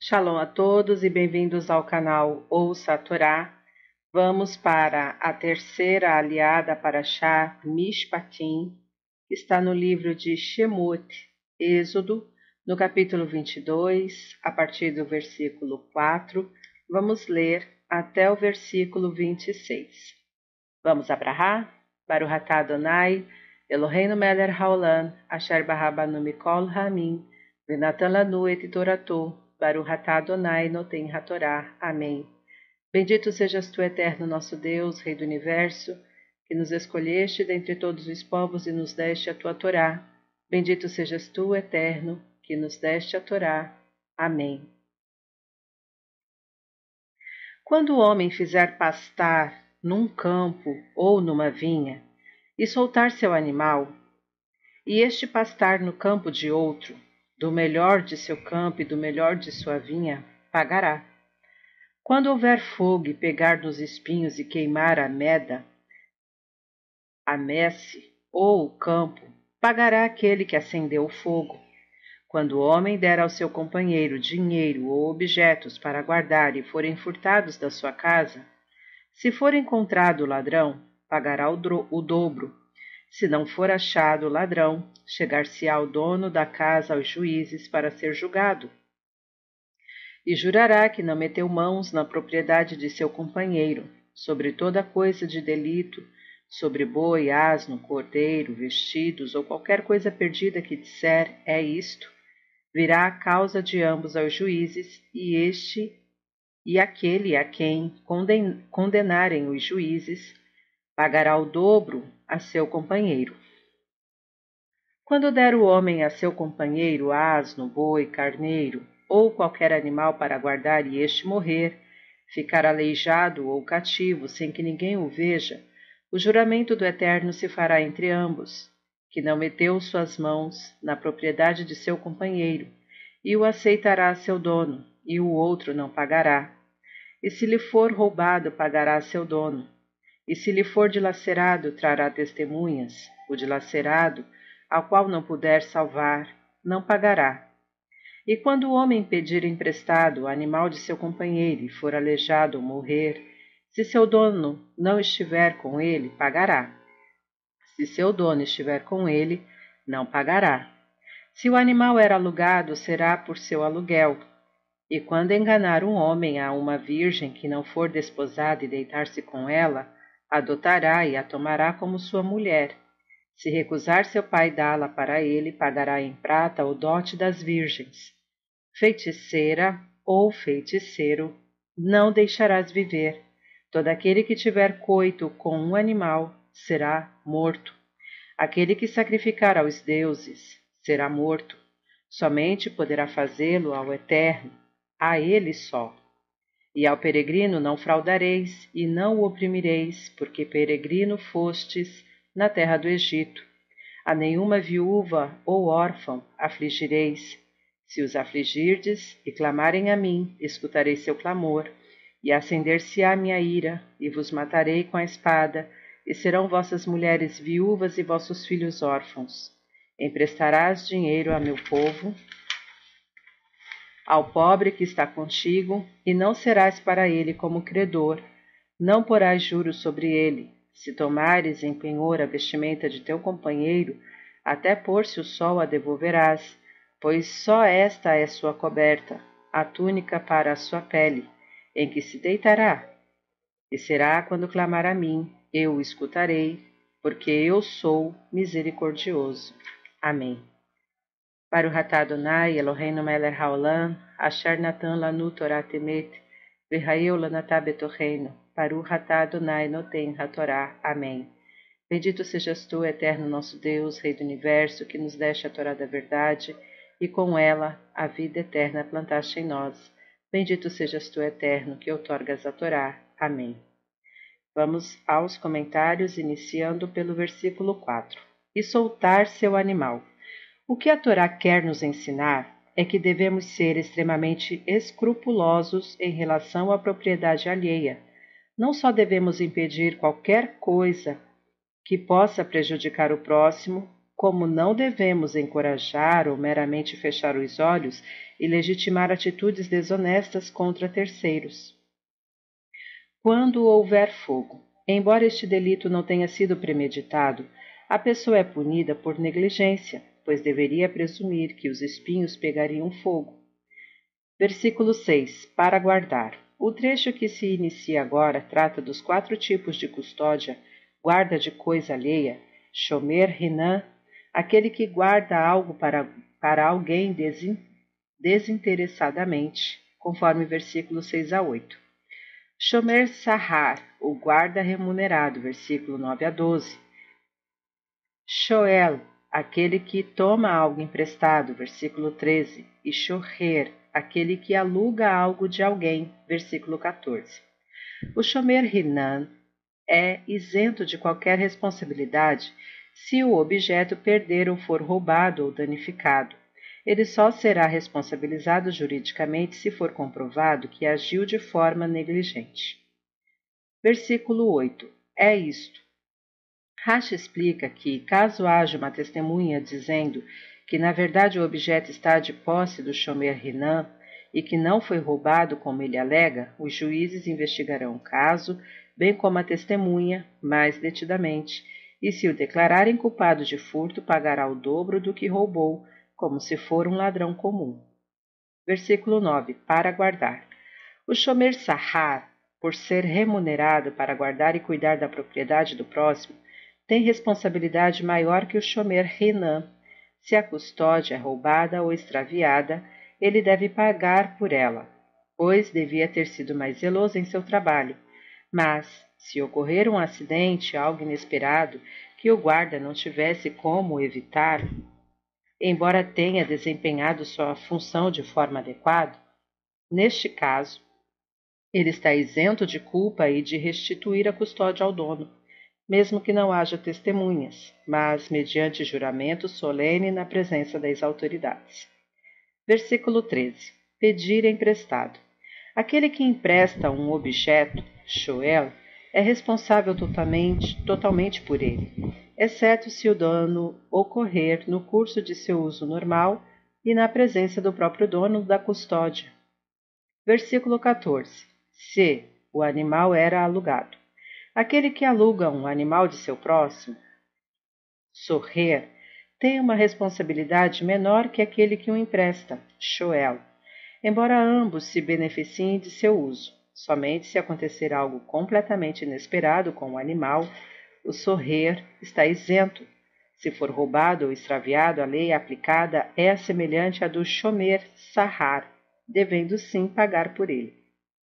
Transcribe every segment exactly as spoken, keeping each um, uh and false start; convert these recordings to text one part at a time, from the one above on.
Shalom a todos e bem-vindos ao canal Ouça a Torá. Vamos para a terceira aliada Parashá Mishpatim, que está no livro de Shemot, Êxodo, no capítulo vinte e dois, a partir do versículo quatro. Vamos ler até o versículo vinte e seis. Vamos abrahar? Baruch atah Adonai, Eloheinu melech haolam, asher bará banu mikol ha'amim, venatan lanu et torato, Baruch atah Adonai noten hatorá. Amém. Bendito sejas tu, eterno nosso Deus, Rei do Universo, que nos escolheste dentre todos os povos e nos deste a tua Torá. Bendito sejas tu, eterno, que nos deste a Torá. Amém. Quando o homem fizer pastar num campo ou numa vinha, e soltar seu animal, e este pastar no campo de outro, do melhor de seu campo e do melhor de sua vinha, pagará. Quando houver fogo e pegar nos espinhos e queimar a meda, a messe ou o campo, pagará aquele que acendeu o fogo. Quando o homem der ao seu companheiro dinheiro ou objetos para guardar e forem furtados da sua casa, se for encontrado o ladrão, pagará o, dro- o dobro. Se não for achado o ladrão, chegar-se-á o dono da casa aos juízes para ser julgado. E jurará que não meteu mãos na propriedade de seu companheiro, sobre toda coisa de delito, sobre boi, asno, cordeiro, vestidos ou qualquer coisa perdida que disser, é isto, virá a causa de ambos aos juízes, e este e aquele a quem conden- condenarem os juízes, pagará o dobro a seu companheiro. Quando der o homem a seu companheiro asno, boi, carneiro, ou qualquer animal para guardar e este morrer, ficar aleijado ou cativo sem que ninguém o veja, o juramento do Eterno se fará entre ambos, que não meteu suas mãos na propriedade de seu companheiro, e o aceitará seu dono, e o outro não pagará. E se lhe for roubado, pagará seu dono. E se lhe for dilacerado, trará testemunhas. O dilacerado, ao qual não puder salvar, não pagará. E quando o homem pedir emprestado o animal de seu companheiro e for aleijado ou morrer, se seu dono não estiver com ele, pagará. Se seu dono estiver com ele, não pagará. Se o animal era alugado, será por seu aluguel. E quando enganar um homem a uma virgem que não for desposada e deitar-se com ela, adotará e a tomará como sua mulher. Se recusar seu pai dá-la para ele, pagará em prata o dote das virgens. Feiticeira ou feiticeiro, não deixarás viver. Todo aquele que tiver coito com um animal será morto. Aquele que sacrificar aos deuses será morto. Somente poderá fazê-lo ao Eterno, a ele só. E ao peregrino não fraudareis, e não o oprimireis, porque peregrino fostes na terra do Egito. A nenhuma viúva ou órfão afligireis. Se os afligirdes e clamarem a mim, escutarei seu clamor, e acender-se-á minha ira, e vos matarei com a espada, e serão vossas mulheres viúvas e vossos filhos órfãos. Emprestarás dinheiro a meu povo, ao pobre que está contigo, e não serás para ele como credor, não porás juros sobre ele. Se tomares em penhor a vestimenta de teu companheiro, até pôr-se o sol a devolverás, pois só esta é sua coberta, a túnica para a sua pele, em que se deitará. E será quando clamar a mim, eu o escutarei, porque eu sou misericordioso. Amém. Baruch atah Adonai, Eloheinu melech haolam, asher natan lanu Torah temet, v'hayeu lanatah betocheinu, Baruch atah Adonai noten hatorá. Amém. Bendito sejas tu, eterno nosso Deus, Rei do Universo, que nos deste a Torá da verdade, e com ela a vida eterna plantaste em nós. Bendito sejas tu, eterno, que outorgas a Torá. Amém. Vamos aos comentários, iniciando pelo versículo quatro. E soltar seu animal. O que a Torá quer nos ensinar é que devemos ser extremamente escrupulosos em relação à propriedade alheia. Não só devemos impedir qualquer coisa que possa prejudicar o próximo, como não devemos encorajar ou meramente fechar os olhos e legitimar atitudes desonestas contra terceiros. Quando houver fogo, embora este delito não tenha sido premeditado, a pessoa é punida por negligência, pois deveria presumir que os espinhos pegariam fogo. Versículo seis. Para guardar. O trecho que se inicia agora trata dos quatro tipos de custódia: guarda de coisa alheia, shomer hinam, aquele que guarda algo para, para alguém desin, desinteressadamente, conforme versículos seis a oito. Shomer sahar, o guarda remunerado, versículo nove a doze. Shoel, aquele que toma algo emprestado, versículo treze. E shoher, aquele que aluga algo de alguém, versículo quatorze. O shomer hinam é isento de qualquer responsabilidade se o objeto perder ou for roubado ou danificado. Ele só será responsabilizado juridicamente se for comprovado que agiu de forma negligente. Versículo oito. É isto. Rashi explica que, caso haja uma testemunha dizendo que na verdade o objeto está de posse do shomer hinam e que não foi roubado como ele alega, os juízes investigarão o caso, bem como a testemunha, mais detidamente, e se o declararem culpado de furto, pagará o dobro do que roubou, como se for um ladrão comum. Versículo nove. Para guardar. O shomer sahar, por ser remunerado para guardar e cuidar da propriedade do próximo, tem responsabilidade maior que o shomer hinam. Se a custódia é roubada ou extraviada, ele deve pagar por ela, pois devia ter sido mais zeloso em seu trabalho. Mas, se ocorrer um acidente, algo inesperado, que o guarda não tivesse como evitar, embora tenha desempenhado sua função de forma adequada, neste caso, ele está isento de culpa e de restituir a custódia ao dono, mesmo que não haja testemunhas, mas mediante juramento solene na presença das autoridades. Versículo treze. Pedir emprestado. Aquele que empresta um objeto, shoel, é responsável totalmente, totalmente por ele, exceto se o dano ocorrer no curso de seu uso normal e na presença do próprio dono da custódia. Versículo quatorze. Se o animal era alugado. Aquele que aluga um animal de seu próximo, sorrer, tem uma responsabilidade menor que aquele que o empresta, shoel, embora ambos se beneficiem de seu uso. Somente se acontecer algo completamente inesperado com o animal, o sorrer está isento. Se for roubado ou extraviado, a lei aplicada é semelhante à do shomer sahar, devendo sim pagar por ele.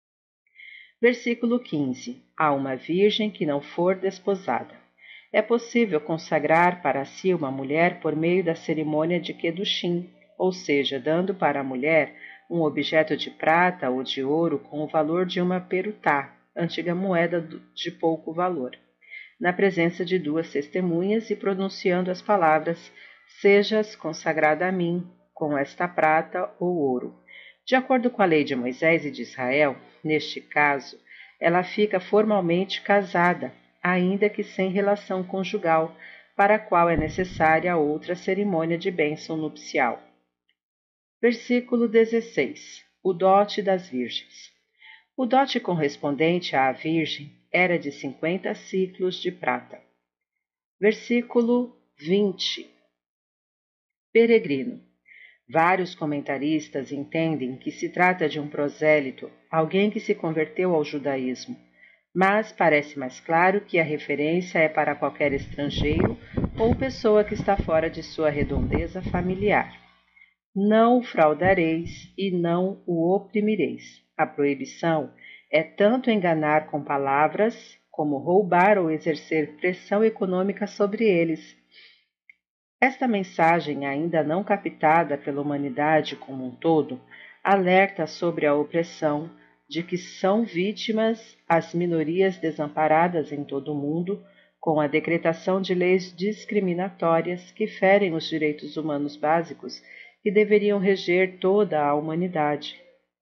Versículo quinze. A uma virgem que não for desposada. É possível consagrar para si uma mulher por meio da cerimônia de Kedushim, ou seja, dando para a mulher um objeto de prata ou de ouro com o valor de uma perutá, antiga moeda de pouco valor, na presença de duas testemunhas e pronunciando as palavras: sejas consagrada a mim, com esta prata ou ouro. De acordo com a lei de Moisés e de Israel, neste caso, ela fica formalmente casada, ainda que sem relação conjugal, para a qual é necessária outra cerimônia de bênção nupcial. Versículo dezesseis. O dote das virgens. O dote correspondente à virgem era de cinquenta ciclos de prata. Versículo vinte. Peregrino. Vários comentaristas entendem que se trata de um prosélito, alguém que se converteu ao judaísmo, mas parece mais claro que a referência é para qualquer estrangeiro ou pessoa que está fora de sua redondeza familiar. Não o fraudareis e não o oprimireis. A proibição é tanto enganar com palavras, como roubar ou exercer pressão econômica sobre eles. Esta mensagem, ainda não captada pela humanidade como um todo, alerta sobre a opressão de que são vítimas as minorias desamparadas em todo o mundo, com a decretação de leis discriminatórias que ferem os direitos humanos básicos que deveriam reger toda a humanidade.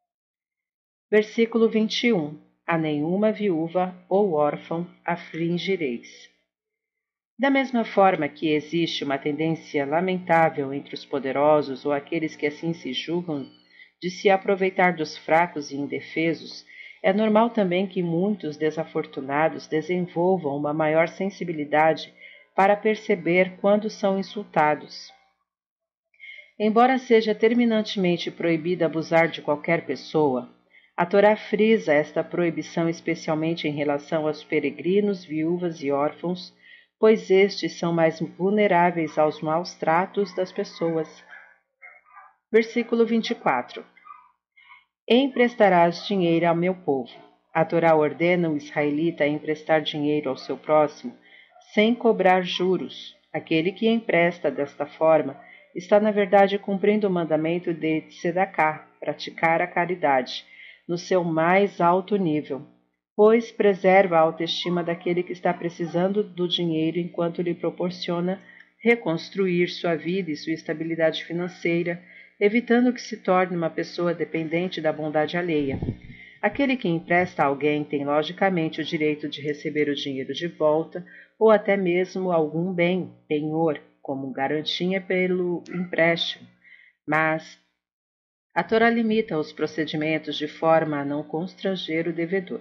Versículo vinte e um. A nenhuma viúva ou órfão afligireis. Da mesma forma que existe uma tendência lamentável entre os poderosos ou aqueles que assim se julgam de se aproveitar dos fracos e indefesos, é normal também que muitos desafortunados desenvolvam uma maior sensibilidade para perceber quando são insultados. Embora seja terminantemente proibido abusar de qualquer pessoa, a Torá frisa esta proibição especialmente em relação aos peregrinos, viúvas e órfãos, pois estes são mais vulneráveis aos maus tratos das pessoas. Versículo vinte e quatro. Emprestarás dinheiro ao meu povo. A Torá ordena o israelita a emprestar dinheiro ao seu próximo, sem cobrar juros. Aquele que empresta desta forma está, na verdade, cumprindo o mandamento de Tzedaká, praticar a caridade, no seu mais alto nível, pois preserva a autoestima daquele que está precisando do dinheiro enquanto lhe proporciona reconstruir sua vida e sua estabilidade financeira, evitando que se torne uma pessoa dependente da bondade alheia. Aquele que empresta a alguém tem logicamente o direito de receber o dinheiro de volta ou até mesmo algum bem, penhor, como garantia pelo empréstimo, mas a Torá limita os procedimentos de forma a não constranger o devedor.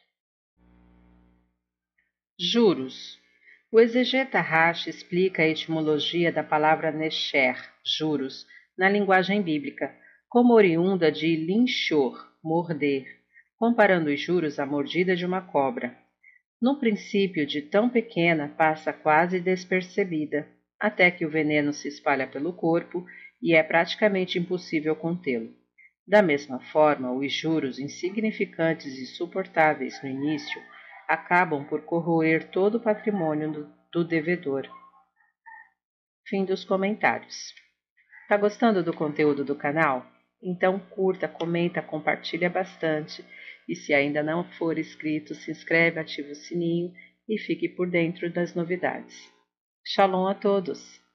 Juros. O exegeta Rashi explica a etimologia da palavra nesher, juros, na linguagem bíblica, como oriunda de linchor, morder, comparando os juros à mordida de uma cobra. No princípio, de tão pequena, passa quase despercebida, até que o veneno se espalha pelo corpo e é praticamente impossível contê-lo. Da mesma forma, os juros insignificantes e suportáveis no início acabam por corroer todo o patrimônio do, do devedor. Fim dos comentários. Tá gostando do conteúdo do canal? Então curta, comenta, compartilha bastante e se ainda não for inscrito, se inscreve, ativa o sininho e fique por dentro das novidades. Shalom a todos!